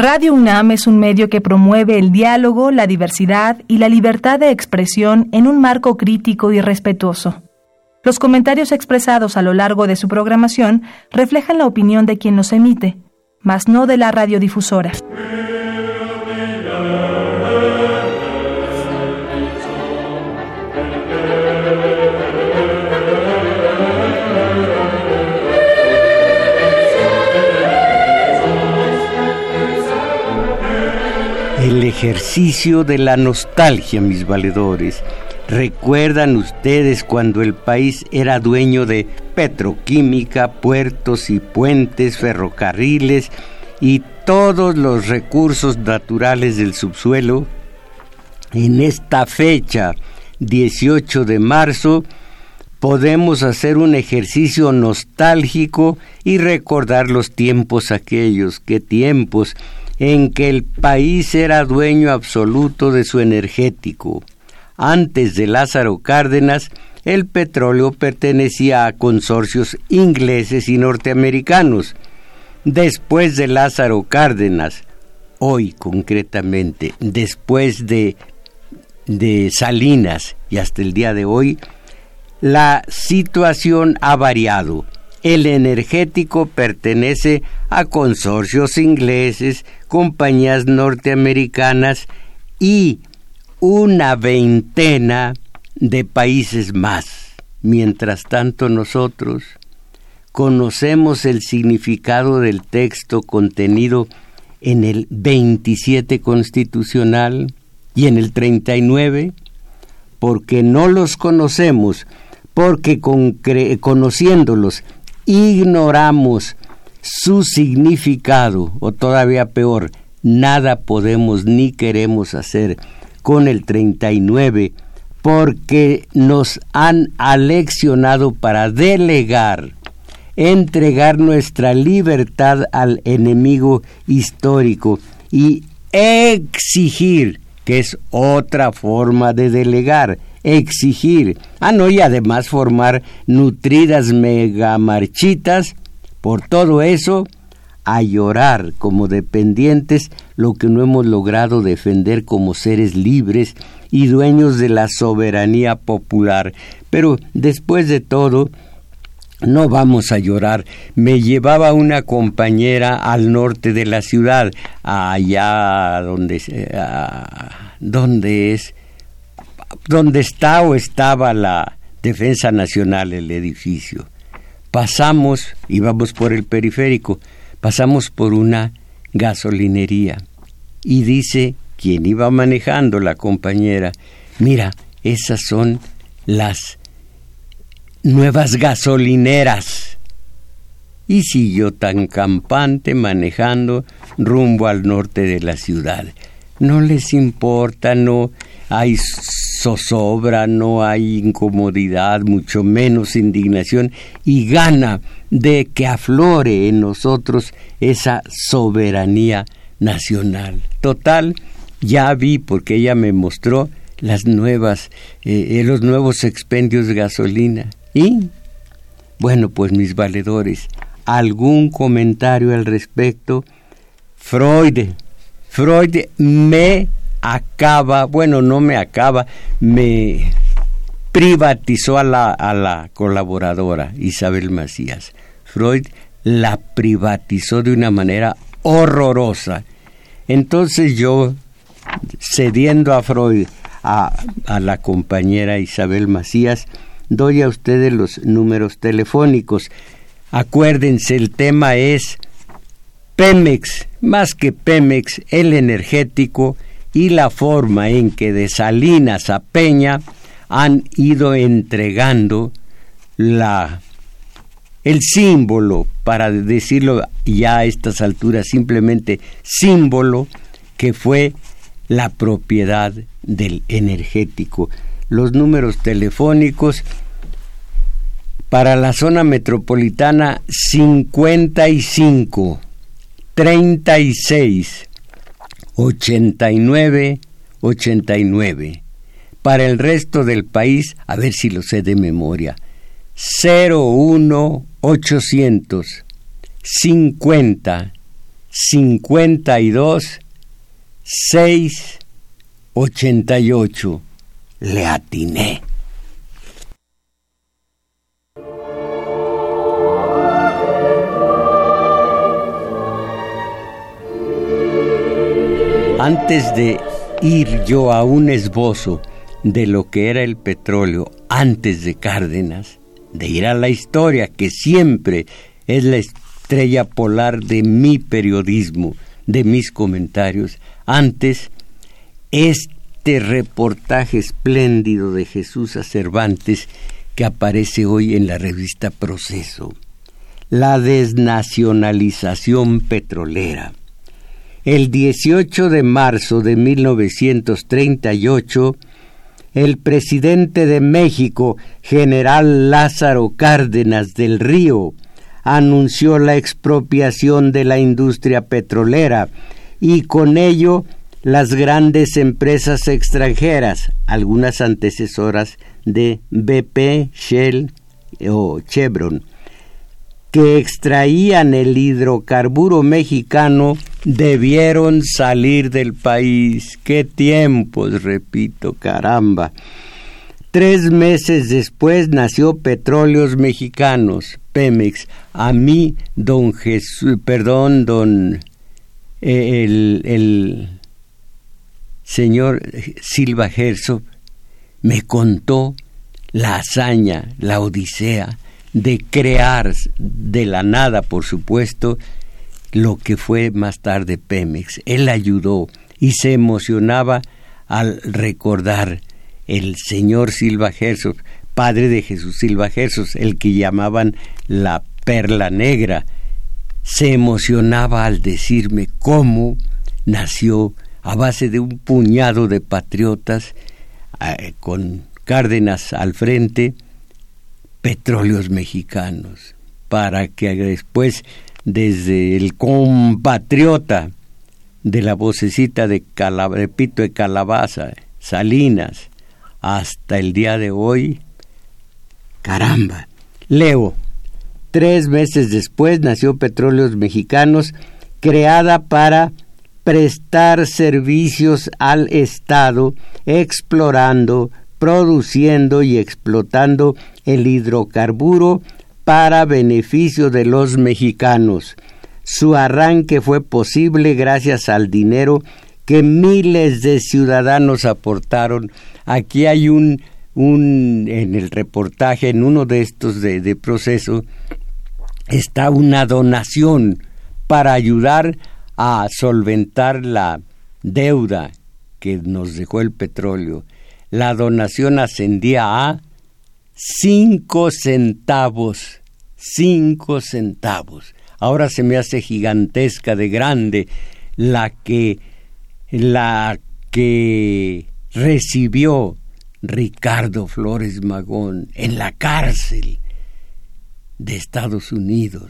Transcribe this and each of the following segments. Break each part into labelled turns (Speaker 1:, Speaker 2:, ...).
Speaker 1: Radio UNAM es un medio que promueve el diálogo, la diversidad y la libertad de expresión en un marco crítico y respetuoso. Los comentarios expresados a lo largo de su programación reflejan la opinión de quien los emite, mas no de la radiodifusora.
Speaker 2: El ejercicio de la nostalgia, mis valedores. ¿Recuerdan ustedes cuando el país era dueño de petroquímica, puertos y puentes, ferrocarriles y todos los recursos naturales del subsuelo? En esta fecha, 18 de marzo, podemos hacer un ejercicio nostálgico y recordar los tiempos aquellos, qué tiempos, en que el país era dueño absoluto de su energético. Antes de Lázaro Cárdenas, el petróleo pertenecía a consorcios ingleses y norteamericanos. Después de Lázaro Cárdenas, hoy concretamente, después de Salinas y hasta el día de hoy, la situación ha variado. El energético pertenece a consorcios ingleses, compañías norteamericanas y una veintena de países más. Mientras tanto, nosotros conocemos el significado del texto contenido en el 27 constitucional y en el 39, porque no los conocemos, porque conociéndolos ignoramos su significado, o todavía peor, nada podemos ni queremos hacer con el 39, porque nos han aleccionado para delegar, entregar nuestra libertad al enemigo histórico y exigir, que es otra forma de delegar, exigir, y además formar nutridas megamarchitas. Por todo eso, a llorar como dependientes lo que no hemos logrado defender como seres libres y dueños de la soberanía popular. Pero después de todo, no vamos a llorar. Me llevaba una compañera al norte de la ciudad, allá donde está o estaba la Defensa Nacional, el edificio. Íbamos por el periférico, pasamos por una gasolinería y dice quien iba manejando, la compañera, mira, esas son las nuevas gasolineras. Y siguió tan campante manejando rumbo al norte de la ciudad. No les importa, no hay zozobra, no hay incomodidad, mucho menos indignación, y gana de que aflore en nosotros esa soberanía nacional. Total, ya vi, porque ella me mostró los nuevos expendios de gasolina. Y, bueno, pues mis valedores, ¿algún comentario al respecto? Freud me privatizó a la colaboradora Isabel Macías. Freud la privatizó de una manera horrorosa. Entonces yo, cediendo a Freud, a la compañera Isabel Macías, doy a ustedes los números telefónicos. Acuérdense, el tema es Pemex, más que Pemex, el energético y la forma en que de Salinas a Peña han ido entregando el símbolo, para decirlo ya a estas alturas, simplemente símbolo, que fue la propiedad del energético. Los números telefónicos para la zona metropolitana: 55 36 89 89. Para el resto del país, a ver si lo sé de memoria, 01 800 50 52 6 88. Le atiné. Antes de ir yo a un esbozo de lo que era el petróleo antes de Cárdenas, de ir a la historia, que siempre es la estrella polar de mi periodismo, de mis comentarios, antes, este reportaje espléndido de Jesús Cervantes que aparece hoy en la revista Proceso, la desnacionalización petrolera. El 18 de marzo de 1938, el presidente de México, general Lázaro Cárdenas del Río, anunció la expropiación de la industria petrolera y con ello las grandes empresas extranjeras, algunas antecesoras de BP, Shell o Chevron, que extraían el hidrocarburo mexicano, debieron salir del país. ¡Qué tiempos! Repito, caramba. 3 meses después nació Petróleos Mexicanos, Pemex. A mí, el señor Silva Herzog me contó la hazaña, la odisea de crear de la nada, por supuesto, lo que fue más tarde Pemex. Él ayudó y se emocionaba al recordar el señor Silva Herzog, padre de Jesús Silva Herzog, el que llamaban la Perla Negra. Se emocionaba al decirme cómo nació a base de un puñado de patriotas, con Cárdenas al frente, Petróleos Mexicanos, para que después, desde el compatriota de la vocecita de Pito de Calabaza, Salinas, hasta el día de hoy, caramba, leo, 3 meses después nació Petróleos Mexicanos, creada para prestar servicios al Estado, explorando, produciendo y explotando el hidrocarburo para beneficio de los mexicanos. Su arranque fue posible gracias al dinero que miles de ciudadanos aportaron. Aquí hay en el reportaje, en uno de estos de Proceso, está una donación para ayudar a solventar la deuda que nos dejó el petróleo. La donación ascendía a 5 centavos. 5 centavos. Ahora se me hace gigantesca de grande la que recibió Ricardo Flores Magón en la cárcel de Estados Unidos.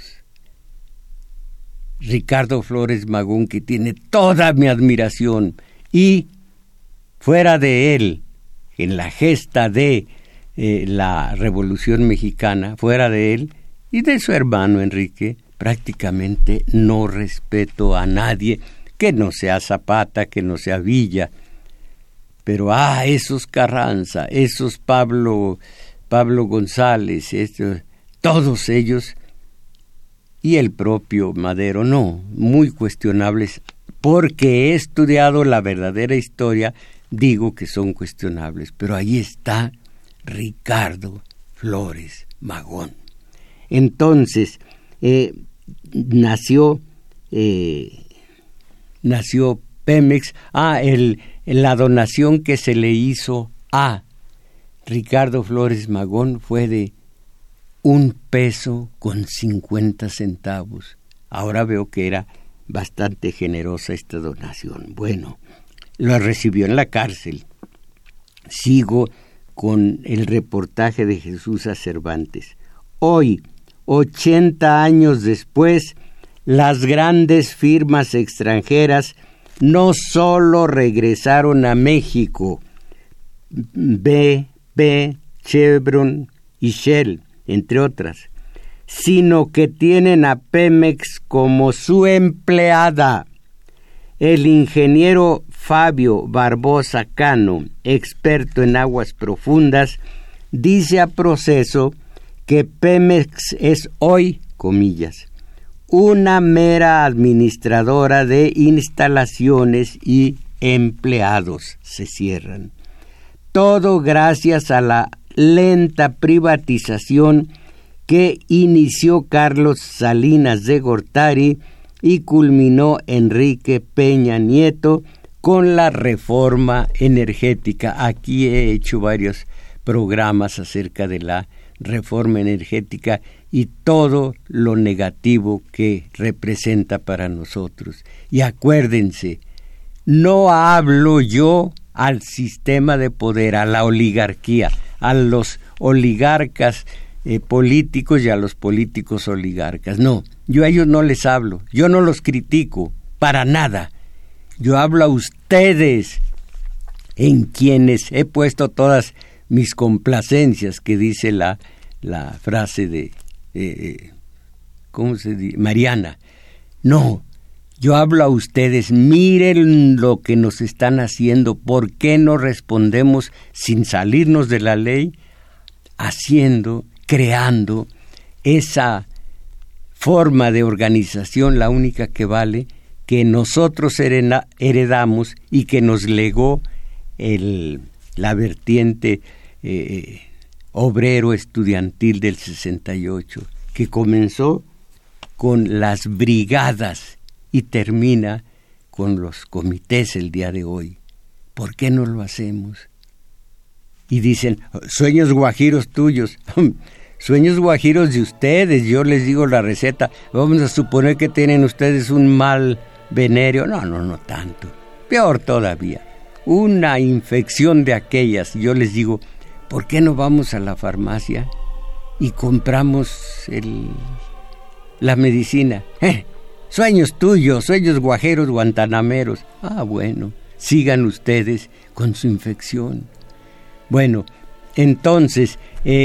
Speaker 2: Ricardo Flores Magón, que tiene toda mi admiración, y fuera de él, en la gesta de la Revolución Mexicana, fuera de él y de su hermano Enrique, prácticamente no respeto a nadie que no sea Zapata, que no sea Villa, pero esos Carranza, esos Pablo González, todos ellos, y el propio Madero, no, muy cuestionables, porque he estudiado la verdadera historia, digo que son cuestionables, pero ahí está Ricardo Flores Magón. Entonces, nació Pemex. La donación que se le hizo a Ricardo Flores Magón fue de $1.50. Ahora veo que era bastante generosa esta donación. Bueno, lo recibió en la cárcel. Sigo con el reportaje de Jesús Cervantes. Hoy, 80 años después, las grandes firmas extranjeras no solo regresaron a México, BP, Chevron y Shell, entre otras, sino que tienen a Pemex como su empleada. El ingeniero Fabio Barbosa Cano, experto en aguas profundas, dice a Proceso que Pemex es hoy, comillas, una mera administradora de instalaciones y empleados, se cierran. Todo gracias a la lenta privatización que inició Carlos Salinas de Gortari y culminó Enrique Peña Nieto con la reforma energética. Aquí he hecho varios programas acerca de la reforma energética y todo lo negativo que representa para nosotros. Y acuérdense, no hablo yo al sistema de poder, a la oligarquía, a los oligarcas políticos y a los políticos oligarcas. No, yo a ellos no les hablo, yo no los critico, para nada. Yo hablo a ustedes, en quienes he puesto todas mis complacencias, que dice la frase de, ¿cómo se dice? Mariana. No, yo hablo a ustedes, miren lo que nos están haciendo, ¿por qué no respondemos sin salirnos de la ley? Haciendo, creando esa forma de organización, la única que vale, que nosotros heredamos y que nos legó la vertiente obrero estudiantil del 68, que comenzó con las brigadas y termina con los comités el día de hoy. ¿Por qué no lo hacemos? Y dicen, sueños guajiros tuyos. Sueños guajiros de ustedes, yo les digo la receta. Vamos a suponer que tienen ustedes un mal venéreo. No tanto. Peor todavía. Una infección de aquellas. Yo les digo, ¿por qué no vamos a la farmacia y compramos la medicina? Sueños tuyos, sueños guajeros guantanameros. Bueno, sigan ustedes con su infección. Bueno, entonces,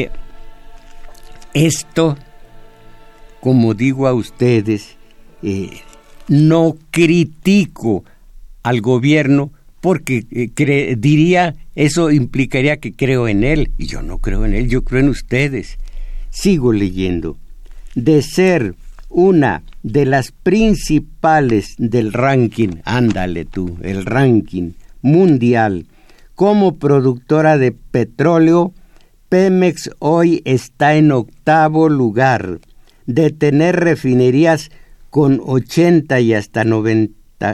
Speaker 2: esto, como digo a ustedes, no critico al gobierno porque diría, eso implicaría que creo en él, y yo no creo en él, yo creo en ustedes. Sigo leyendo. De ser una de las principales del ranking, ándale tú, el ranking mundial, como productora de petróleo, Pemex hoy está en 8º lugar. De tener refinerías con 80 y hasta 90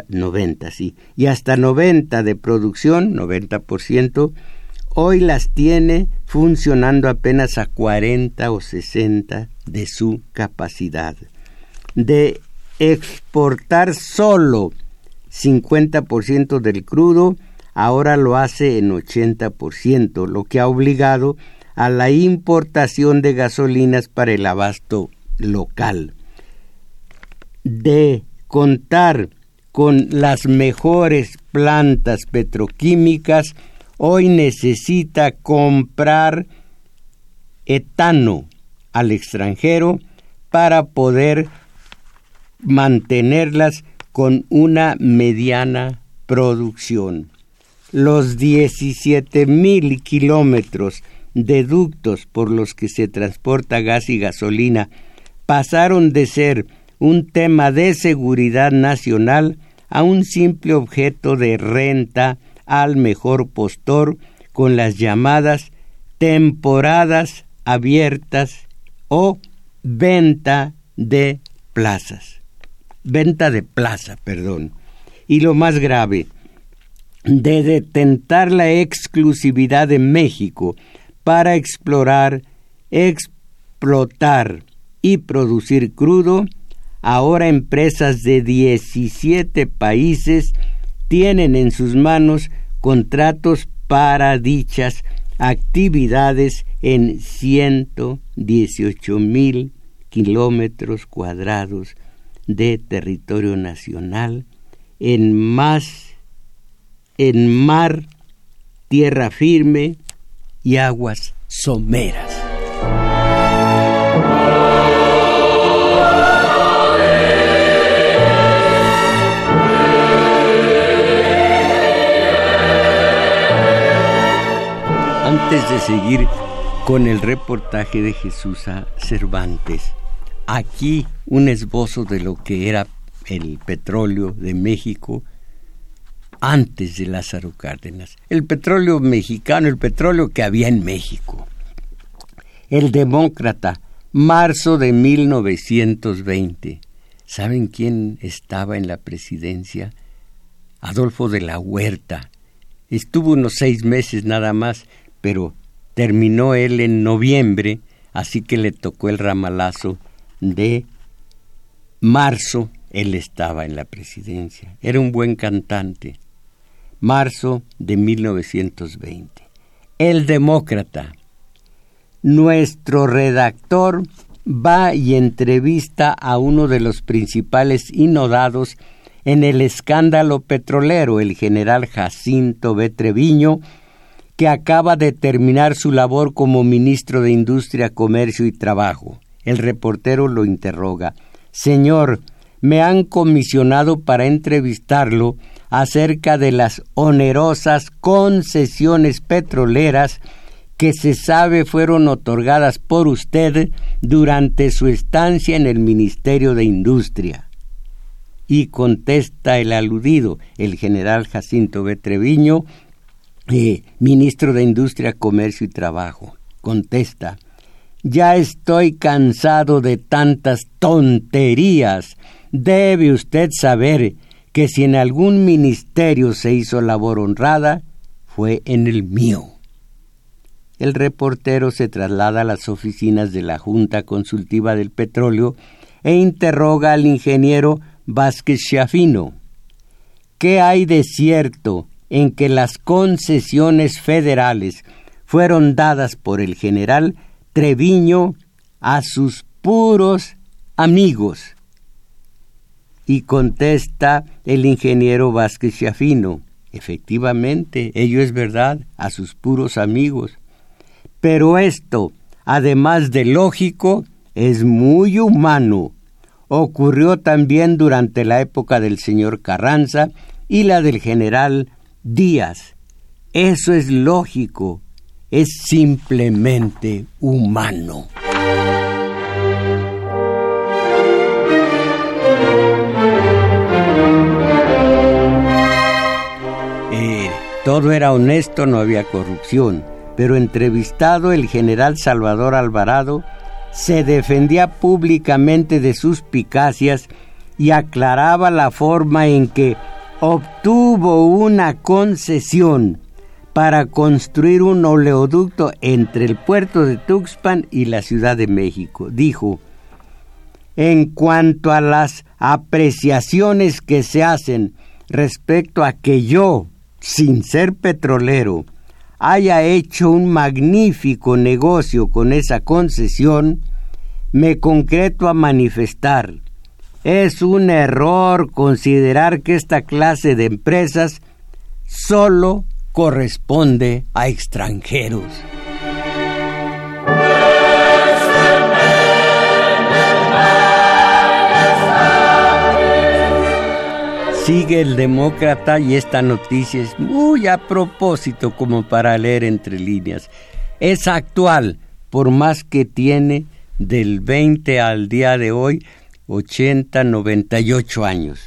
Speaker 2: de producción, 90%, hoy las tiene funcionando apenas a 40 o 60 de su capacidad. De exportar solo 50% del crudo, ahora lo hace en 80%, lo que ha obligado a la importación de gasolinas para el abasto local. De contar con las mejores plantas petroquímicas, hoy necesita comprar etano al extranjero para poder mantenerlas con una mediana producción. Los 17,000 kilómetros de ductos por los que se transporta gas y gasolina pasaron de ser un tema de seguridad nacional a un simple objeto de renta al mejor postor, con las llamadas temporadas abiertas o venta de plaza. Y lo más grave, de detentar la exclusividad de México para explorar, explotar y producir crudo, ahora empresas de 17 países tienen en sus manos contratos para dichas actividades en 118,000 kilómetros cuadrados de territorio nacional, en mar, tierra firme y aguas someras. Antes de seguir con el reportaje de Jesús Cervantes, aquí un esbozo de lo que era el petróleo de México antes de Lázaro Cárdenas. El petróleo mexicano, el petróleo que había en México. El Demócrata, marzo de 1920. ¿Saben quién estaba en la presidencia? Adolfo de la Huerta. Estuvo unos 6 meses nada más, pero terminó él en noviembre, así que le tocó el ramalazo de marzo. Él estaba en la presidencia. Era un buen cantante. Marzo de 1920. El Demócrata. Nuestro redactor va y entrevista a uno de los principales innodados en el escándalo petrolero, el general Jacinto B. Treviño, que acaba de terminar su labor como ministro de Industria, Comercio y Trabajo. El reportero lo interroga. Señor, me han comisionado para entrevistarlo acerca de las onerosas concesiones petroleras que se sabe fueron otorgadas por usted durante su estancia en el Ministerio de Industria. Y contesta el aludido, el general Jacinto B. Treviño, ministro de Industria, Comercio y Trabajo. Contesta: ya estoy cansado de tantas tonterías. Debe usted saber que si en algún ministerio se hizo labor honrada, fue en el mío. El reportero se traslada a las oficinas de la Junta Consultiva del Petróleo e interroga al ingeniero Vázquez Schiaffino. ¿Qué hay de cierto en que las concesiones federales fueron dadas por el general Treviño a sus puros amigos? Y contesta el ingeniero Vázquez Schiaffino: efectivamente, ello es verdad, a sus puros amigos. Pero esto, además de lógico, es muy humano. Ocurrió también durante la época del señor Carranza y la del general Díaz. Eso es lógico, es simplemente humano. Todo era honesto, no había corrupción, pero entrevistado el general Salvador Alvarado se defendía públicamente de suspicacias y aclaraba la forma en que obtuvo una concesión para construir un oleoducto entre el puerto de Tuxpan y la Ciudad de México. Dijo: en cuanto a las apreciaciones que se hacen respecto a que yo, sin ser petrolero, haya hecho un magnífico negocio con esa concesión, me concreto a manifestar: es un error considerar que esta clase de empresas solo corresponde a extranjeros. Sigue el Demócrata y esta noticia es muy a propósito como para leer entre líneas. Es actual, por más que tiene del 20 al día de hoy 98 años.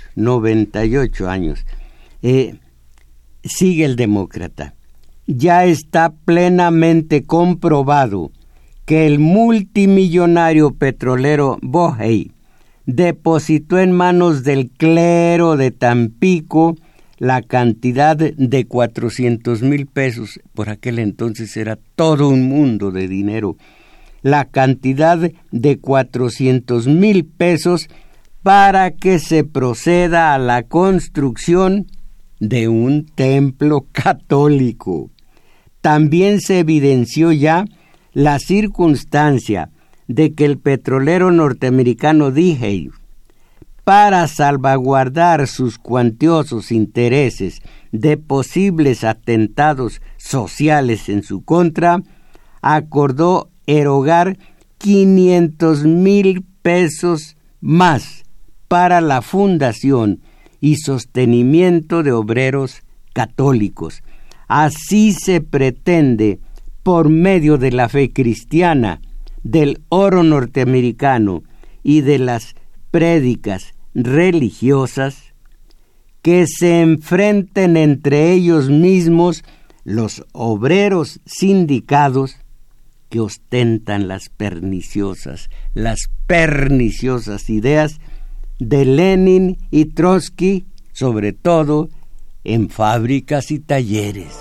Speaker 2: Sigue el Demócrata. Ya está plenamente comprobado que el multimillonario petrolero Bohey depositó en manos del clero de Tampico la cantidad de 400,000 pesos, por aquel entonces era todo un mundo de dinero, la cantidad de 400,000 pesos para que se proceda a la construcción de un templo católico. También se evidenció ya la circunstancia de que el petrolero norteamericano DeHaye, para salvaguardar sus cuantiosos intereses de posibles atentados sociales en su contra, acordó erogar 500,000 pesos más para la fundación y sostenimiento de obreros católicos. Así se pretende por medio de la fe cristiana, del oro norteamericano y de las prédicas religiosas, que se enfrenten entre ellos mismos los obreros sindicados que ostentan las perniciosas ideas de Lenin y Trotsky, sobre todo en fábricas y talleres.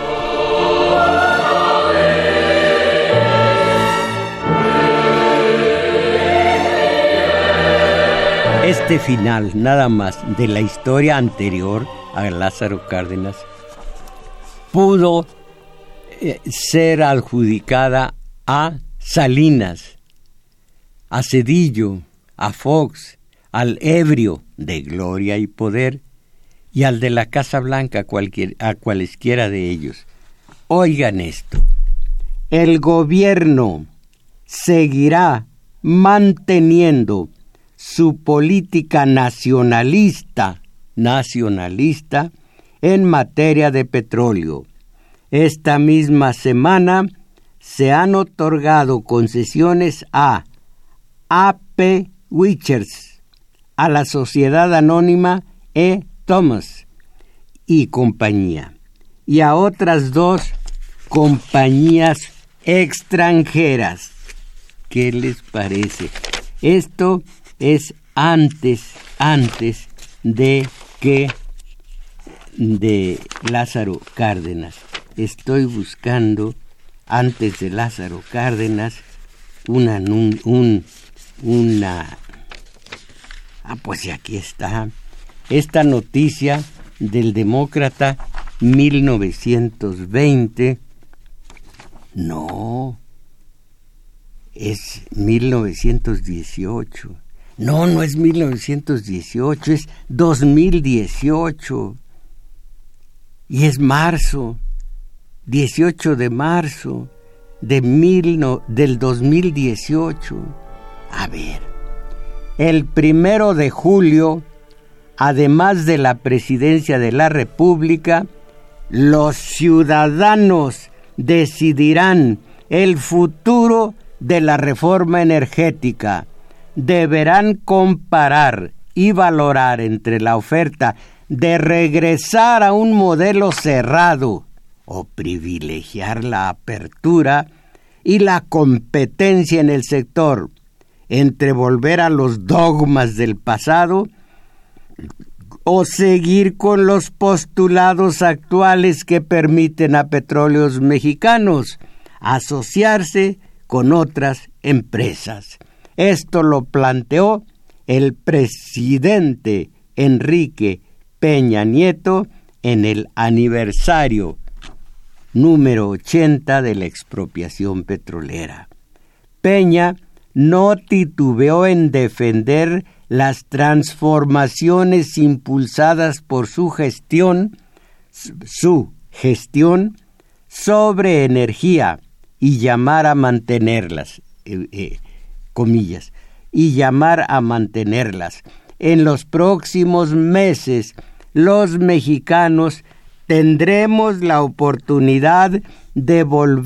Speaker 2: Este final, nada más, de la historia anterior a Lázaro Cárdenas, pudo ser adjudicada a Salinas, a Zedillo, a Fox, al ebrio de Gloria y Poder y al de la Casa Blanca, a cualesquiera de ellos. Oigan esto: el gobierno seguirá manteniendo su política nacionalista en materia de petróleo. Esta misma semana se han otorgado concesiones a A.P. Richards, a la Sociedad Anónima E. Thomas y compañía, y a otras 2 compañías extranjeras. ¿Qué les parece? Esto es antes de Lázaro Cárdenas. Estoy buscando antes de Lázaro Cárdenas pues aquí está esta noticia del Demócrata 1920. No, es 1918. No es 1918, es 2018. Y es marzo, 18 de marzo del 2018. A ver, el 1 de julio, además de la presidencia de la República, los ciudadanos decidirán el futuro de la reforma energética. Deberán comparar y valorar entre la oferta de regresar a un modelo cerrado o privilegiar la apertura y la competencia en el sector, entre volver a los dogmas del pasado o seguir con los postulados actuales que permiten a Petróleos Mexicanos asociarse con otras empresas. Esto lo planteó el presidente Enrique Peña Nieto en el aniversario número 80 de la expropiación petrolera. Peña no titubeó en defender las transformaciones impulsadas por su gestión sobre energía y llamar a mantenerlas, comillas, y llamar a mantenerlas. En los próximos meses, los mexicanos tendremos la oportunidad de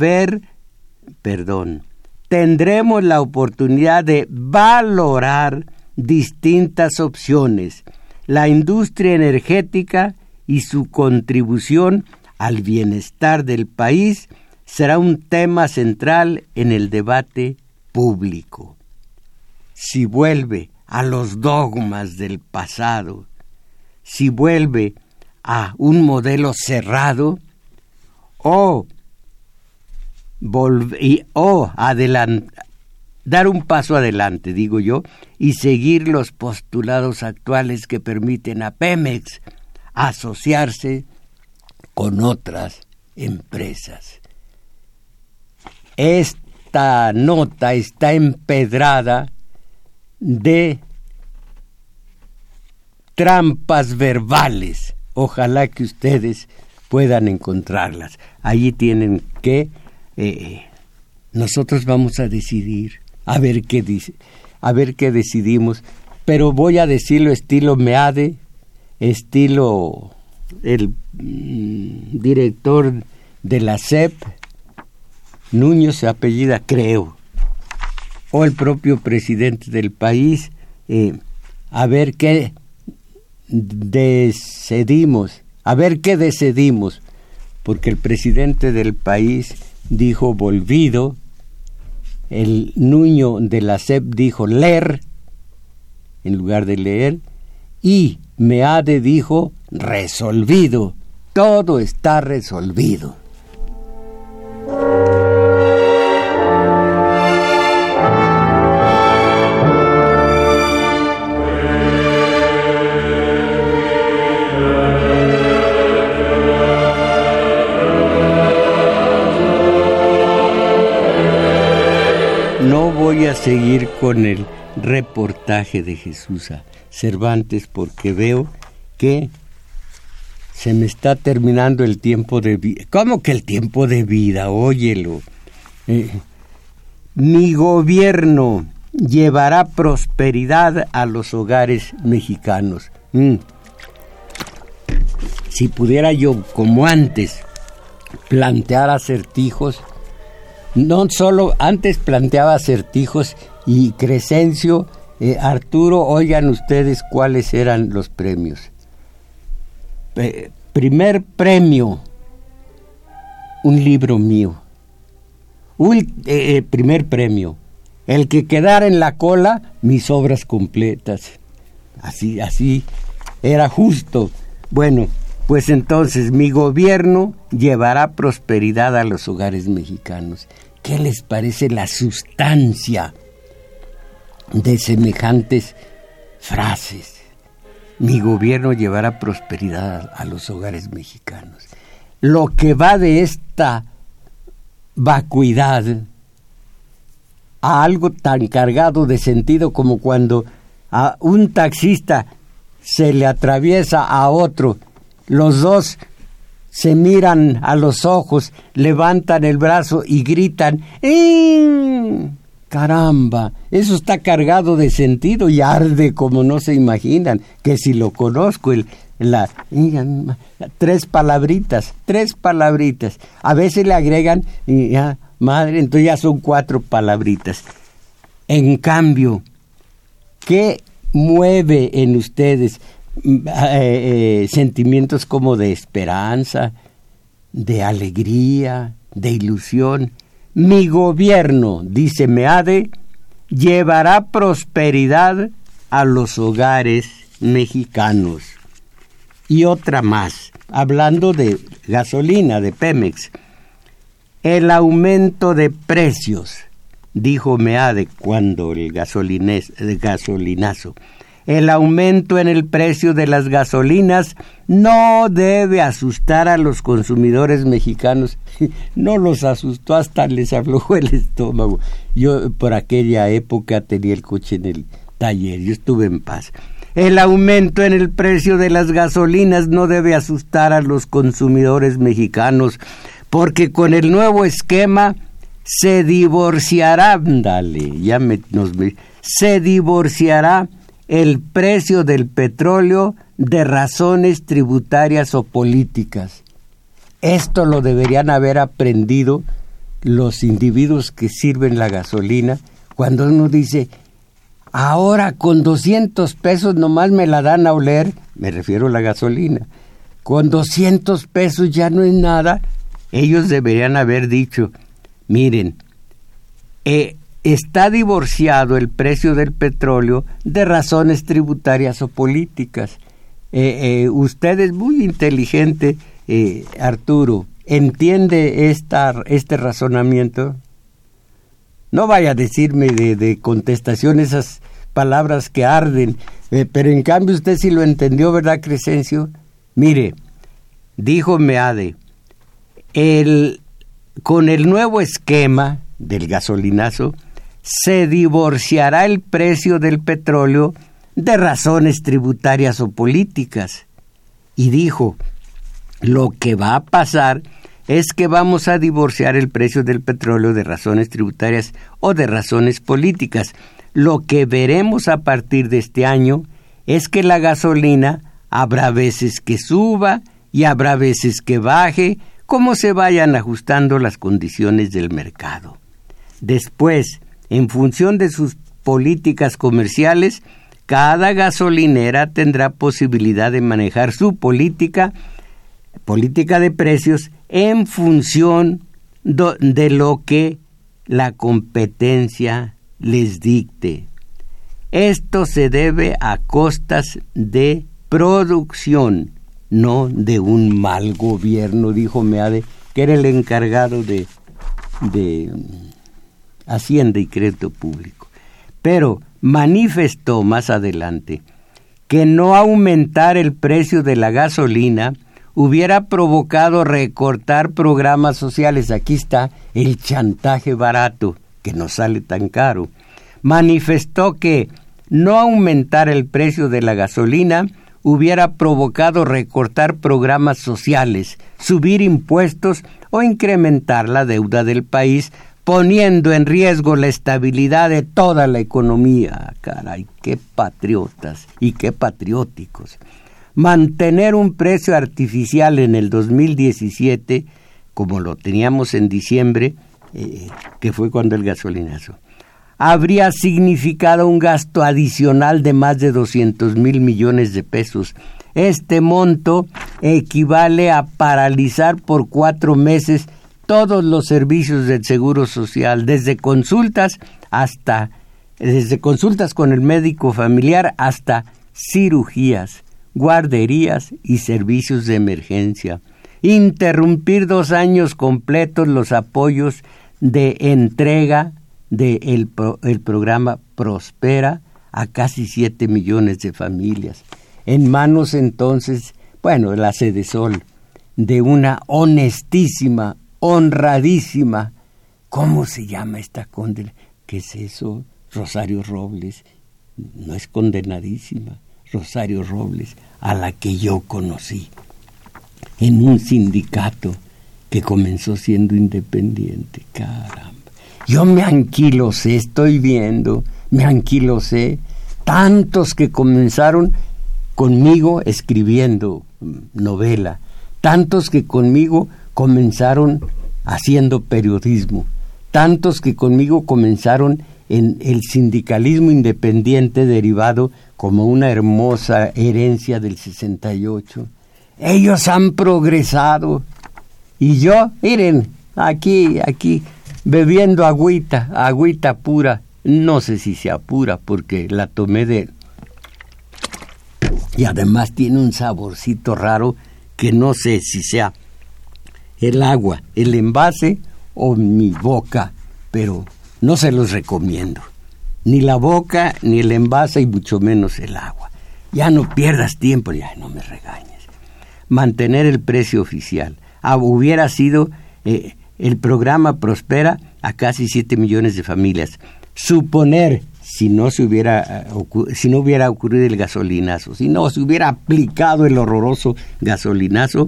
Speaker 2: valorar distintas opciones. La industria energética y su contribución al bienestar del país será un tema central en el debate público. Si vuelve a los dogmas del pasado, si vuelve a un modelo cerrado o dar un paso adelante, digo yo, y seguir los postulados actuales que permiten a Pemex asociarse con otras empresas. Esta nota está empedrada de trampas verbales. Ojalá que ustedes puedan encontrarlas. Allí tienen que nosotros vamos a decidir, a ver qué decidimos, pero voy a decirlo estilo Meade, estilo el director de la SEP, Nuño se apellida, creo, o el propio presidente del país, a ver qué decidimos, porque el presidente del país dijo volvido, el Nuño de la SEP dijo leer, en lugar de leer, y Meade dijo resolvido, todo está resolvido. No voy a seguir con el reportaje de Jesús Cervantes porque veo que se me está terminando el tiempo de vida. ¿Cómo que el tiempo de vida? Óyelo. Mi gobierno llevará prosperidad a los hogares mexicanos. Si pudiera yo, como antes, plantear acertijos, no solo antes planteaba acertijos y Crescencio, Arturo, oigan ustedes cuáles eran los premios. Primer premio, un libro mío. Primer premio, el que quedara en la cola, mis obras completas. Así era justo. Bueno, pues entonces mi gobierno llevará prosperidad a los hogares mexicanos. ¿Qué les parece la sustancia de semejantes frases? Mi gobierno llevará prosperidad a los hogares mexicanos. Lo que va de esta vacuidad a algo tan cargado de sentido como cuando a un taxista se le atraviesa a otro, los dos se miran a los ojos, levantan el brazo y gritan, ¡caramba! Eso está cargado de sentido y arde como no se imaginan, que si lo conozco, tres palabritas, a veces le agregan, madre, entonces ya son 4 palabritas. En cambio, ¿qué mueve en ustedes sentimientos como de esperanza, de alegría, de ilusión? Mi gobierno, dice Meade, llevará prosperidad a los hogares mexicanos. Y otra más, hablando de gasolina, de Pemex. El aumento de precios, dijo Meade cuando el gasolinazo. El aumento en el precio de las gasolinas no debe asustar a los consumidores mexicanos. No los asustó, hasta les aflojó el estómago. Yo por aquella época tenía el coche en el taller, yo estuve en paz. El aumento en el precio de las gasolinas no debe asustar a los consumidores mexicanos, porque con el nuevo esquema se divorciará, se divorciará el precio del petróleo de razones tributarias o políticas. Esto lo deberían haber aprendido los individuos que sirven la gasolina, cuando uno dice, ahora con 200 pesos nomás me la dan a oler, me refiero a la gasolina, con 200 pesos ya no es nada. Ellos deberían haber dicho, miren, está divorciado el precio del petróleo de razones tributarias o políticas. Usted es muy inteligente, Arturo. ¿Entiende este razonamiento? No vaya a decirme de contestación esas palabras que arden, pero en cambio usted sí lo entendió, ¿verdad, Crescencio? Mire, dijo Meade, con el nuevo esquema del gasolinazo, se divorciará el precio del petróleo de razones tributarias o políticas. Y dijo, lo que va a pasar es que vamos a divorciar el precio del petróleo de razones tributarias o de razones políticas. Lo que veremos a partir de este año es que la gasolina habrá veces que suba y habrá veces que baje, como se vayan ajustando las condiciones del mercado. Después, en función de sus políticas comerciales, cada gasolinera tendrá posibilidad de manejar su política de precios en función de lo que la competencia les dicte. Esto se debe a costas de producción, no de un mal gobierno, dijo Meade, que era el encargado de Hacienda y Crédito Público. Pero manifestó más adelante que no aumentar el precio de la gasolina hubiera provocado recortar programas sociales. Aquí está el chantaje barato, que nos sale tan caro. Manifestó que no aumentar el precio de la gasolina hubiera provocado recortar programas sociales, subir impuestos o incrementar la deuda del país, poniendo en riesgo la estabilidad de toda la economía. Caray, qué patriotas y qué patrióticos. Mantener un precio artificial en el 2017, como lo teníamos en diciembre, que fue cuando el gasolinazo, habría significado un gasto adicional de más de 200,000 millones de pesos. Este monto equivale a paralizar por 4 meses todos los servicios del Seguro Social, desde consultas con el médico familiar hasta cirugías, guarderías y servicios de emergencia. Interrumpir 2 años completos los apoyos de entrega del programa Prospera a casi 7 millones de familias. En manos entonces, la Sedesol, de una honestísima, honradísima, ¿cómo se llama esta condena? ¿Qué es eso? Rosario Robles. No es condenadísima. Rosario Robles, a la que yo conocí en un sindicato que comenzó siendo independiente. Caramba. Yo me anquilosé, estoy viendo, me anquilosé. Tantos que comenzaron conmigo escribiendo novela, tantos que conmigo comenzaron haciendo periodismo, tantos que conmigo comenzaron en el sindicalismo independiente derivado como una hermosa herencia del 68. Ellos han progresado y yo, miren, aquí bebiendo agüita pura, no sé si sea pura porque la tomé y además tiene un saborcito raro que no sé si sea el agua, el envase o mi boca, pero no se los recomiendo. Ni la boca, ni el envase y mucho menos el agua. Ya no pierdas tiempo, ya no me regañes. Mantener el precio oficial. Hubiera sido el programa Prospera a casi 7 millones de familias. Suponer, si no hubiera ocurrido el gasolinazo, si no se hubiera aplicado el horroroso gasolinazo,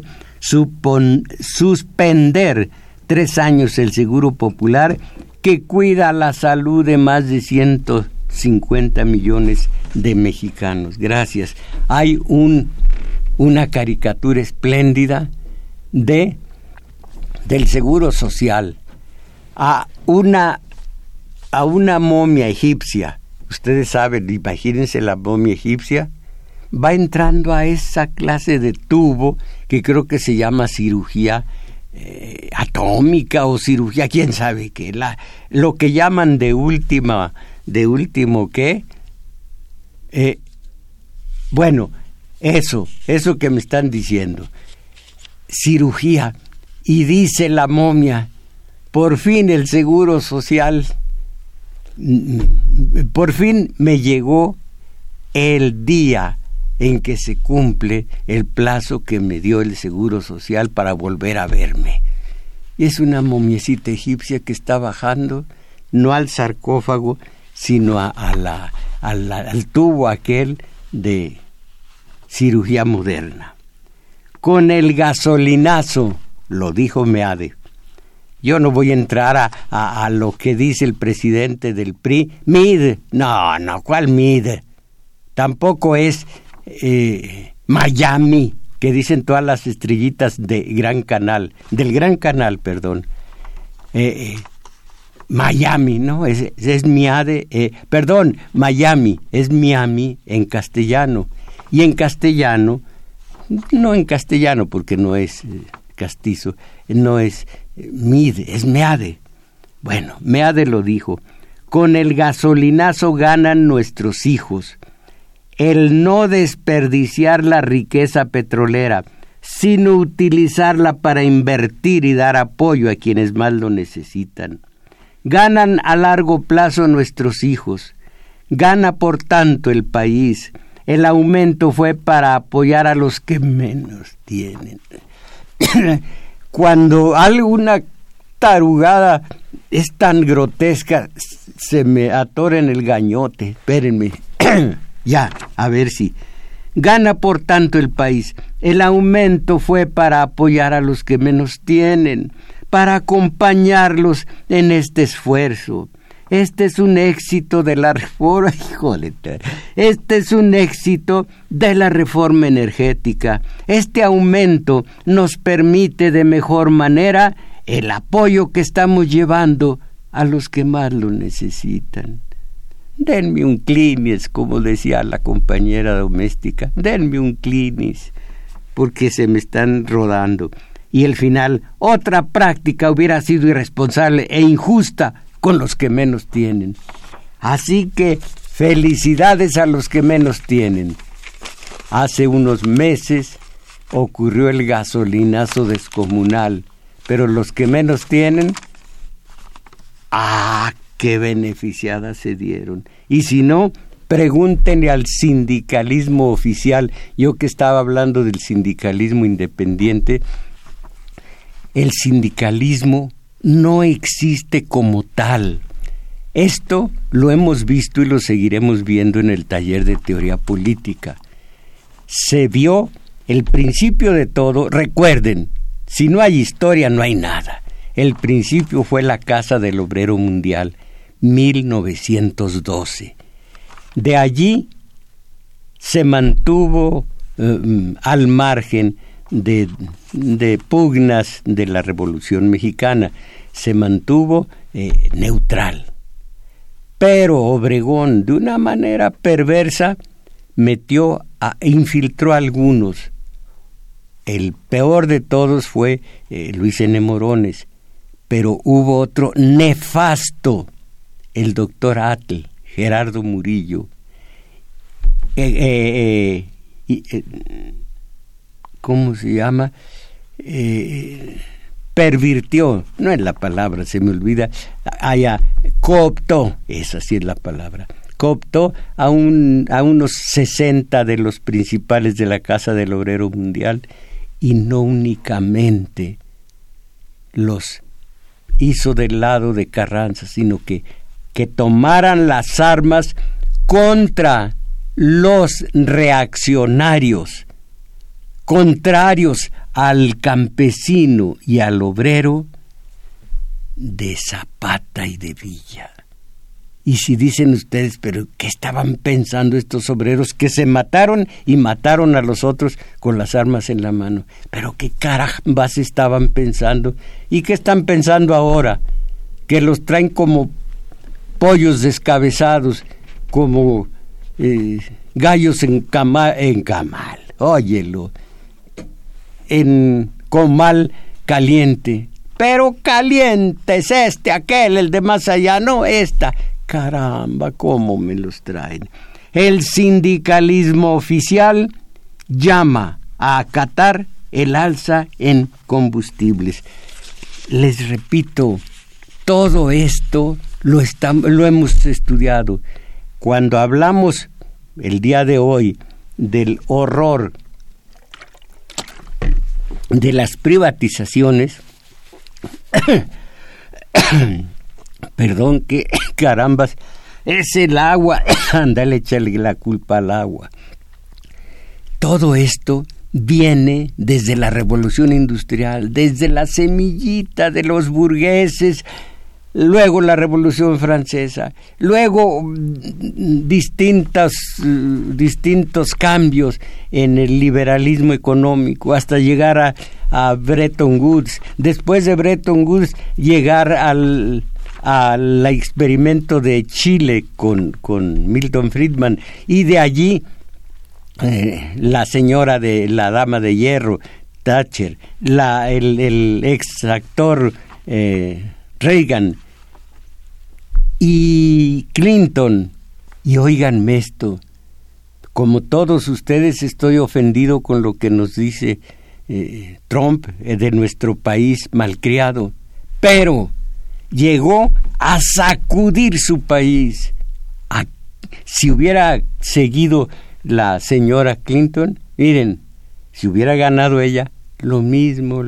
Speaker 2: suspender 3 años el Seguro Popular que cuida la salud de más de 150 millones de mexicanos. Gracias. Hay una caricatura espléndida del Seguro Social a una momia egipcia. Ustedes saben, imagínense la momia egipcia, va entrando a esa clase de tubo que creo que se llama cirugía atómica o cirugía, quién sabe qué, lo que llaman de último qué, eso que me están diciendo, cirugía, y dice la momia, por fin el Seguro Social, por fin me llegó el día en que se cumple el plazo que me dio el Seguro Social para volver a verme. Y es una momiecita egipcia que está bajando, no al sarcófago, sino al tubo aquel de cirugía moderna. Con el gasolinazo, lo dijo Meade. Yo no voy a entrar a lo que dice el presidente del PRI. MID, no, ¿cuál MID? Tampoco es Miami, que dicen todas las estrellitas del Gran Canal, Miami, ¿no? Es Miami, es Miami en castellano. Y en castellano, no en castellano porque no es castizo, no es mide, es meade. Bueno, Meade lo dijo: con el gasolinazo ganan nuestros hijos. El no desperdiciar la riqueza petrolera, sino utilizarla para invertir y dar apoyo a quienes más lo necesitan. Ganan a largo plazo nuestros hijos. Gana por tanto el país. El aumento fue para apoyar a los que menos tienen. Cuando alguna tarugada es tan grotesca, se me atora en el gañote. Espérenme. Ya, a ver si. Gana por tanto el país. El aumento fue para apoyar a los que menos tienen, para acompañarlos en este esfuerzo. Este es un éxito de la reforma, este es un éxito de la reforma energética. Este aumento nos permite de mejor manera el apoyo que estamos llevando a los que más lo necesitan. Denme un clinis, como decía la compañera doméstica, denme un clinis, porque se me están rodando. Y el final, otra práctica hubiera sido irresponsable e injusta con los que menos tienen. Así que felicidades a los que menos tienen. Hace unos meses ocurrió el gasolinazo descomunal, pero los que menos tienen, qué beneficiadas se dieron. Y si no, pregúntenle al sindicalismo oficial. Yo que estaba hablando del sindicalismo independiente, el sindicalismo no existe como tal. Esto lo hemos visto y lo seguiremos viendo en el taller de teoría política. Se vio el principio de todo. Recuerden, si no hay historia, no hay nada. El principio fue la Casa del Obrero Mundial, 1912. De allí se mantuvo al margen de pugnas de la Revolución Mexicana, se mantuvo neutral. Pero Obregón, de una manera perversa, infiltró a algunos. El peor de todos fue Luis N. Morones, pero hubo otro nefasto, el doctor Atl, Gerardo Murillo. ¿Cómo se llama? Pervirtió, no es la palabra, se me olvida, cooptó, esa sí es la palabra, cooptó a unos 60 de los principales de la Casa del Obrero Mundial, y no únicamente los hizo del lado de Carranza, sino que tomaran las armas contra los reaccionarios, contrarios al campesino y al obrero de Zapata y de Villa. Y si dicen ustedes, pero ¿qué estaban pensando estos obreros que se mataron y mataron a los otros con las armas en la mano? Pero ¿qué carambas estaban pensando? ¿Y qué están pensando ahora? Que los traen como pollos descabezados, como gallos en camal, óyelo, en comal caliente. Pero caliente es aquel, el de más allá, no esta. Caramba, cómo me los traen. El sindicalismo oficial llama a acatar el alza en combustibles. Les repito, todo esto lo hemos estudiado. Cuando hablamos el día de hoy del horror de las privatizaciones, perdón, que carambas, es el agua, ándale, échale la culpa al agua. Todo esto viene desde la Revolución Industrial, desde la semillita de los burgueses luego la Revolución Francesa, luego distintos cambios en el liberalismo económico, hasta llegar a Bretton Woods. Después de Bretton Woods, llegar al experimento de Chile con Milton Friedman, y de allí la señora de la Dama de Hierro, Thatcher, el ex actor Reagan y Clinton. Y óiganme esto, como todos ustedes estoy ofendido con lo que nos dice Trump de nuestro país malcriado, pero llegó a sacudir su país. Si hubiera seguido la señora Clinton, miren, si hubiera ganado ella, lo mismo,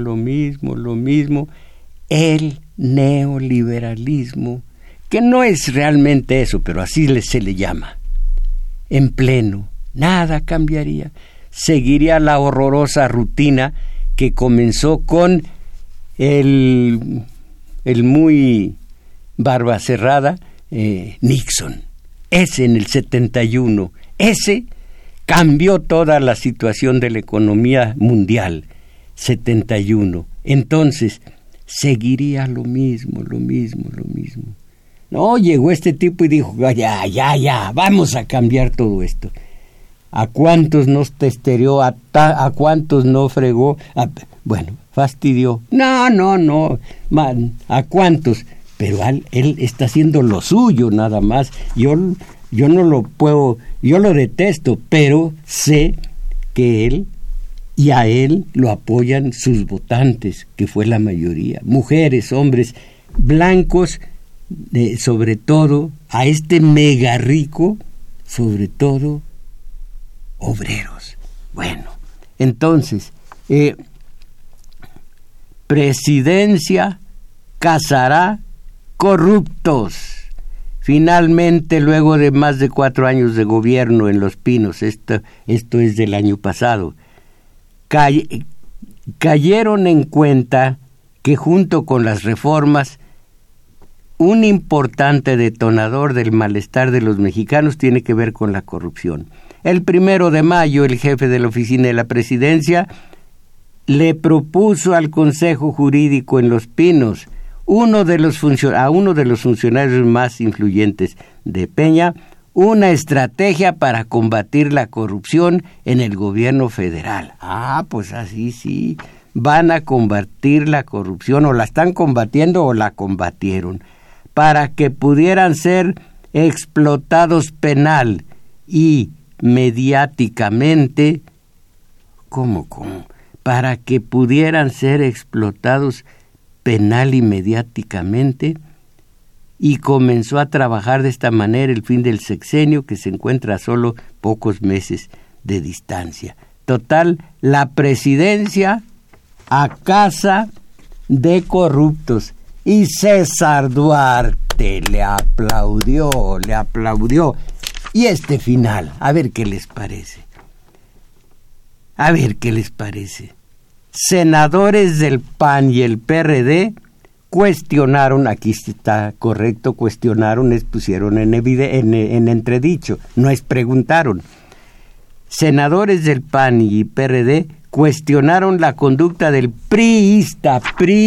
Speaker 2: el neoliberalismo, que no es realmente eso, pero así se le llama, en pleno, nada cambiaría, seguiría la horrorosa rutina que comenzó con el muy barba cerrada Nixon. Ese en el 71, ese cambió toda la situación de la economía mundial. 71. Entonces, seguiría lo mismo. No, llegó este tipo y dijo, ya, vamos a cambiar todo esto. ¿A cuántos nos testereó? ¿A cuántos no fregó? Bueno, fastidió. No, man, ¿a cuántos? Pero él está haciendo lo suyo nada más. Yo no lo puedo, yo lo detesto, pero sé que él y a él lo apoyan sus votantes, que fue la mayoría, mujeres, hombres, blancos, sobre todo, a este mega rico, sobre todo, obreros. Bueno, entonces, presidencia cazará corruptos. Finalmente, luego de más de 4 años de gobierno en Los Pinos, esto es del año pasado, cayeron en cuenta que junto con las reformas, un importante detonador del malestar de los mexicanos tiene que ver con la corrupción. El 1 de mayo, el jefe de la oficina de la presidencia le propuso al Consejo Jurídico en Los Pinos, a uno de los funcionarios más influyentes de Peña, una estrategia para combatir la corrupción en el gobierno federal. Pues así sí, van a combatir la corrupción, o la están combatiendo o la combatieron, para que pudieran ser explotados penal y mediáticamente. ¿Cómo? Para que pudieran ser explotados penal y mediáticamente, y comenzó a trabajar de esta manera el fin del sexenio, que se encuentra a solo pocos meses de distancia. Total, la presidencia a casa de corruptos, y César Duarte le aplaudió, y este final, a ver qué les parece. Senadores del PAN y el PRD cuestionaron, aquí está correcto, pusieron en entredicho, no es preguntaron. Senadores del PAN y PRD cuestionaron la conducta del priista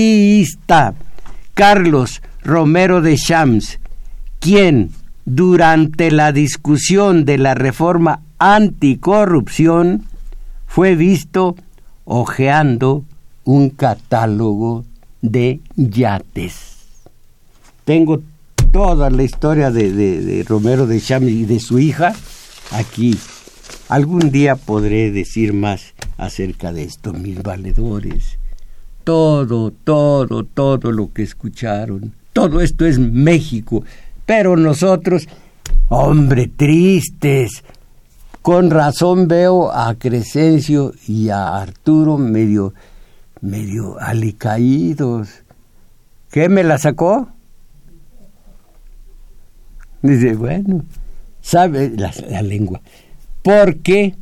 Speaker 2: Carlos Romero de Champs, quien durante la discusión de la reforma anticorrupción fue visto hojeando un catálogo de yates. Tengo toda la historia de Romero de Champs y de su hija aquí. Algún día podré decir más acerca de esto, mis valedores. Todo lo que escucharon, todo esto es México, pero nosotros, hombre, tristes. Con razón veo a Crescencio y a Arturo medio alicaídos. ¿Qué me la sacó? Dice, bueno, sabe la lengua. Porque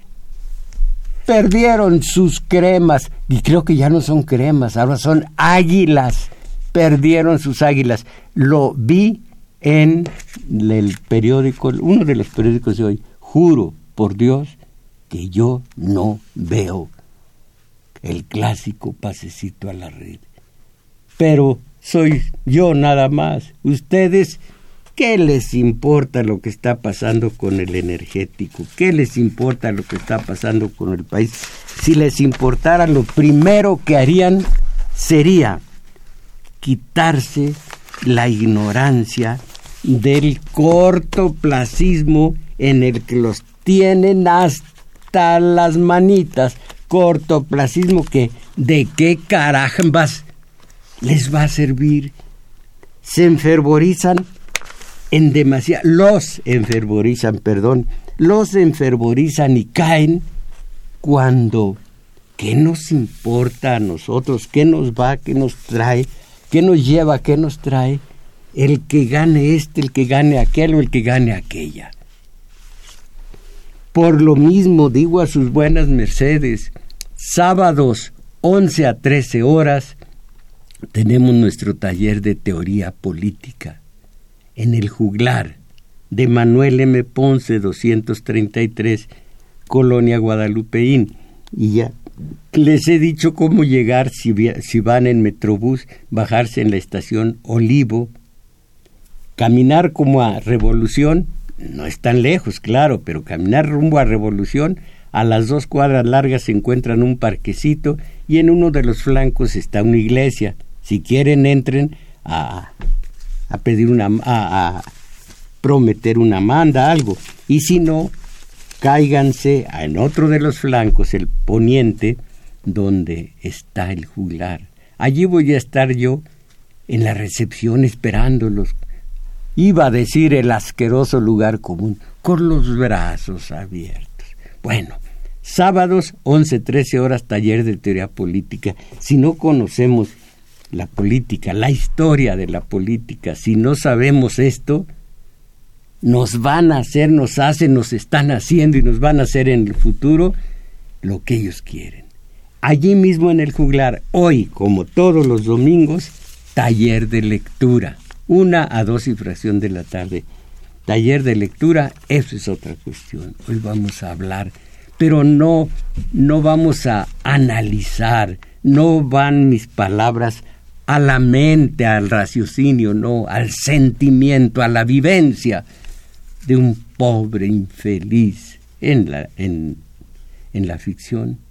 Speaker 2: perdieron sus cremas, y creo que ya no son cremas, ahora son águilas perdieron sus águilas. Lo vi en el periódico, uno de los periódicos de hoy. Juro por Dios que yo no veo el clásico pasecito a la red. Pero soy yo nada más. Ustedes, ¿qué les importa lo que está pasando con el energético? ¿Qué les importa lo que está pasando con el país? Si les importara, lo primero que harían sería quitarse la ignorancia del cortoplacismo en el que los tienen hasta las manitas. Cortoplacismo que ¿de qué carambas les va a servir? Se enfervorizan en demasía, los enfervorizan y caen cuando ¿qué nos importa a nosotros? ¿Qué nos va? ¿Qué nos trae? ¿Qué nos lleva? ¿Qué nos trae? El que gane este, el que gane aquel o el que gane aquella. Por lo mismo digo a sus buenas mercedes, sábados 11 a 13 horas tenemos nuestro taller de teoría política en el Juglar de Manuel M. Ponce 233, Colonia Guadalupeín. Y ya les he dicho cómo llegar si van en Metrobús, bajarse en la estación Olivo, caminar como a Revolución, no es tan lejos, claro, pero caminar rumbo a Revolución, a las 2 cuadras largas se encuentran un parquecito y en uno de los flancos está una iglesia. Si quieren, entren a pedir a prometer una manda, algo. Y si no, cáiganse en otro de los flancos, el poniente, donde está el Juglar. Allí voy a estar yo en la recepción esperándolos. Iba a decir el asqueroso lugar común, con los brazos abiertos. Bueno, sábados 11-13 horas, taller de teoría política. Si no conocemos la política, la historia de la política, si no sabemos esto, nos van a hacer, nos están haciendo y nos van a hacer en el futuro lo que ellos quieren. Allí mismo en el Juglar, hoy, como todos los domingos, taller de lectura. 1 a 2 y fracción de la tarde. Taller de lectura, eso es otra cuestión. Hoy vamos a hablar, pero no vamos a analizar, no van mis palabras a la mente, al raciocinio, no, al sentimiento, a la vivencia de un pobre infeliz en la ficción,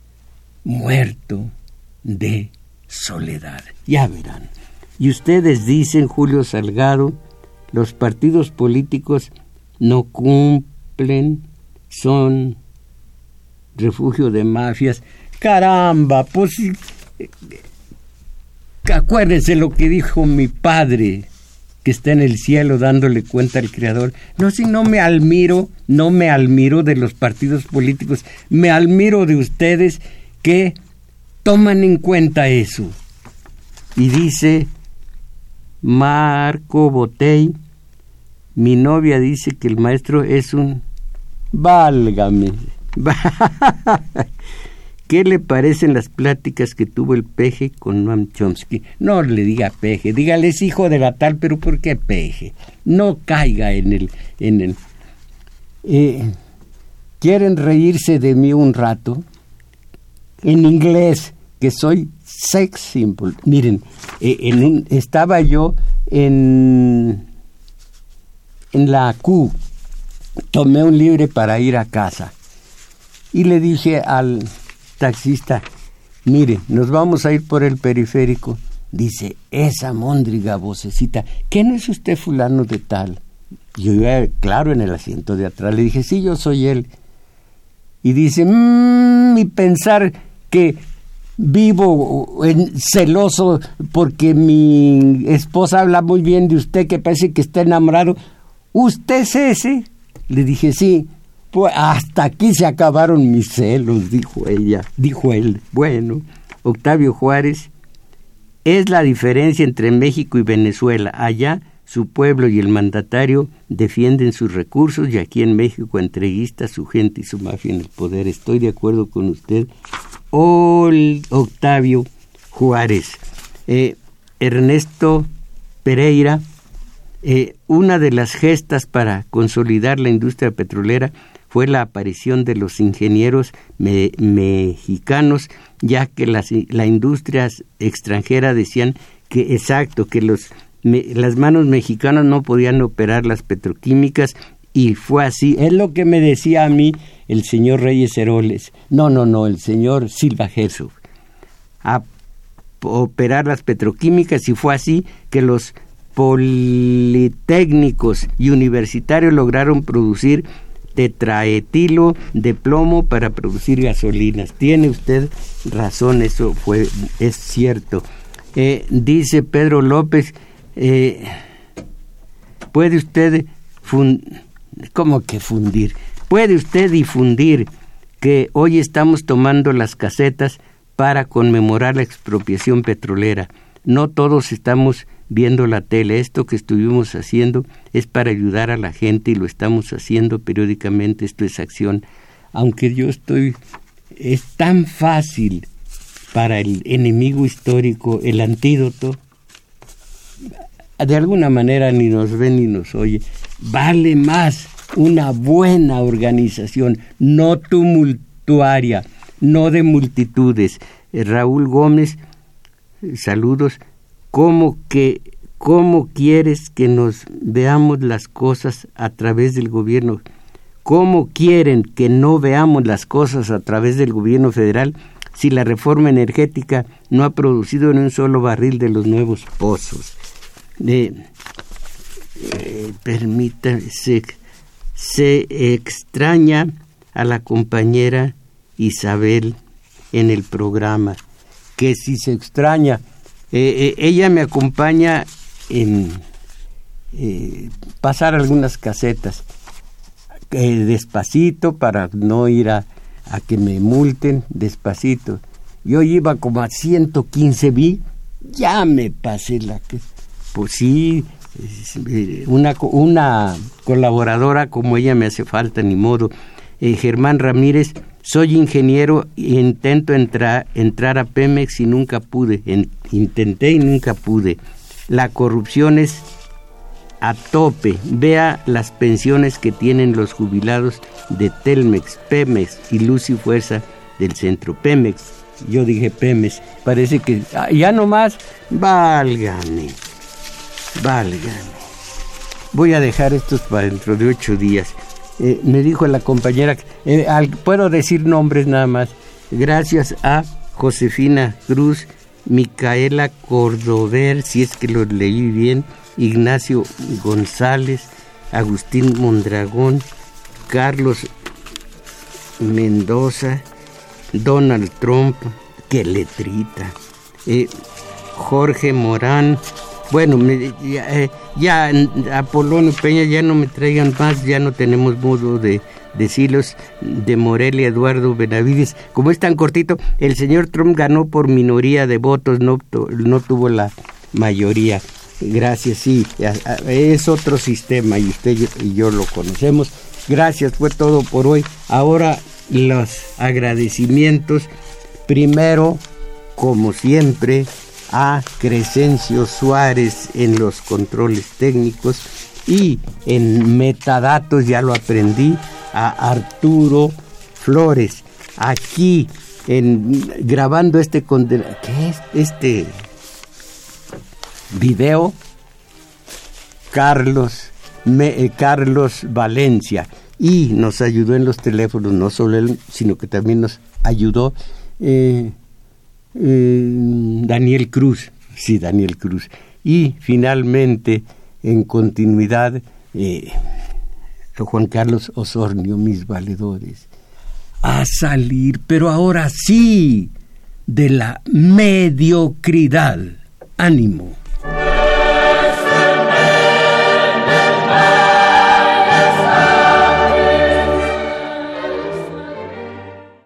Speaker 2: muerto de soledad. Ya verán. Y ustedes dicen, Julio Salgado, los partidos políticos no cumplen, son refugio de mafias. Caramba, pues acuérdense lo que dijo mi padre, que está en el cielo dándole cuenta al Creador. No, si no me admiro de los partidos políticos, me admiro de ustedes que toman en cuenta eso. Y dice Marco Botey, mi novia dice que el maestro es un... Válgame. ¿Qué le parecen las pláticas que tuvo el Peje con Noam Chomsky? No le diga Peje, dígale es hijo de la tal, pero ¿por qué Peje? No caiga en el... ¿Quieren reírse de mí un rato? En inglés, que soy sex symbol. Miren, estaba yo en la Q, tomé un libre para ir a casa y le dije al taxista, mire, nos vamos a ir por el periférico. Dice, esa móndriga vocecita, ¿qué no es usted fulano de tal? Yo iba, claro, en el asiento de atrás, le dije, sí, yo soy él. Y dice, y pensar que vivo celoso porque mi esposa habla muy bien de usted, que parece que está enamorado. ¿Usted es ese? Le dije, sí. Pues hasta aquí se acabaron mis celos, dijo él. Bueno, Octavio Juárez, es la diferencia entre México y Venezuela. Allá su pueblo y el mandatario defienden sus recursos y aquí en México entreguista su gente y su mafia en el poder. Estoy de acuerdo con usted, Octavio Juárez. Ernesto Pereira, una de las gestas para consolidar la industria petrolera fue la aparición de los ingenieros mexicanos, ya que la industria extranjera decían que las manos mexicanas no podían operar las petroquímicas, y fue así. Es lo que me decía a mí el señor Reyes Heroles, el señor Silva Herzog, a operar las petroquímicas, y fue así que los politécnicos y universitarios lograron producir tetraetilo de plomo para producir gasolinas. Tiene usted razón, es cierto. Dice Pedro López, ¿puede usted puede usted difundir que hoy estamos tomando las casetas para conmemorar la expropiación petrolera? No todos estamos viendo la tele. Esto que estuvimos haciendo es para ayudar a la gente y lo estamos haciendo periódicamente. Esto es acción. Aunque es tan fácil para el enemigo histórico el antídoto, de alguna manera ni nos ve ni nos oye. Vale más una buena organización, no tumultuaria, no de multitudes. Raúl Gómez, saludos. ¿Cómo quieres que nos veamos las cosas a través del gobierno? ¿Cómo quieren que no veamos las cosas a través del gobierno federal si la reforma energética no ha producido ni un solo barril de los nuevos pozos? Permítame, se extraña a la compañera Isabel en el programa. Que si se extraña, ella me acompaña en pasar algunas casetas, despacito, para no ir a que me multen, despacito. Yo iba como a 115 ya me pasé pues sí, una colaboradora como ella me hace falta, ni modo. Germán Ramírez, soy ingeniero e intento entrar a Pemex y nunca pude. Intenté y nunca pude. La corrupción es a tope. Vea las pensiones que tienen los jubilados de Telmex, Pemex y Luz y Fuerza del Centro. Pemex, yo dije Pemex, parece que ya nomás, válgame. Voy a dejar estos para dentro de 8 días. Me dijo la compañera, puedo decir nombres nada más. Gracias a Josefina Cruz, Micaela Cordover, si es que lo leí bien, Ignacio González, Agustín Mondragón, Carlos Mendoza, Donald Trump, qué letrita, Jorge Morán. Bueno, ya Apolonio Peña, ya no me traigan más, ya no tenemos modo de decirlos. De Morelia, Eduardo Benavides. Como es tan cortito, el señor Trump ganó por minoría de votos, no tuvo la mayoría. Gracias, sí, es otro sistema y usted y yo lo conocemos. Gracias, fue todo por hoy. Ahora los agradecimientos. Primero, como siempre, a Crescencio Suárez en los controles técnicos, y en metadatos, ya lo aprendí, a Arturo Flores, aquí grabando ¿qué es este video? Carlos Valencia, y nos ayudó en los teléfonos, no solo él, sino que también nos ayudó Daniel Cruz, y finalmente en continuidad Juan Carlos Osornio, mis valedores, a salir, pero ahora sí, de la mediocridad. Ánimo.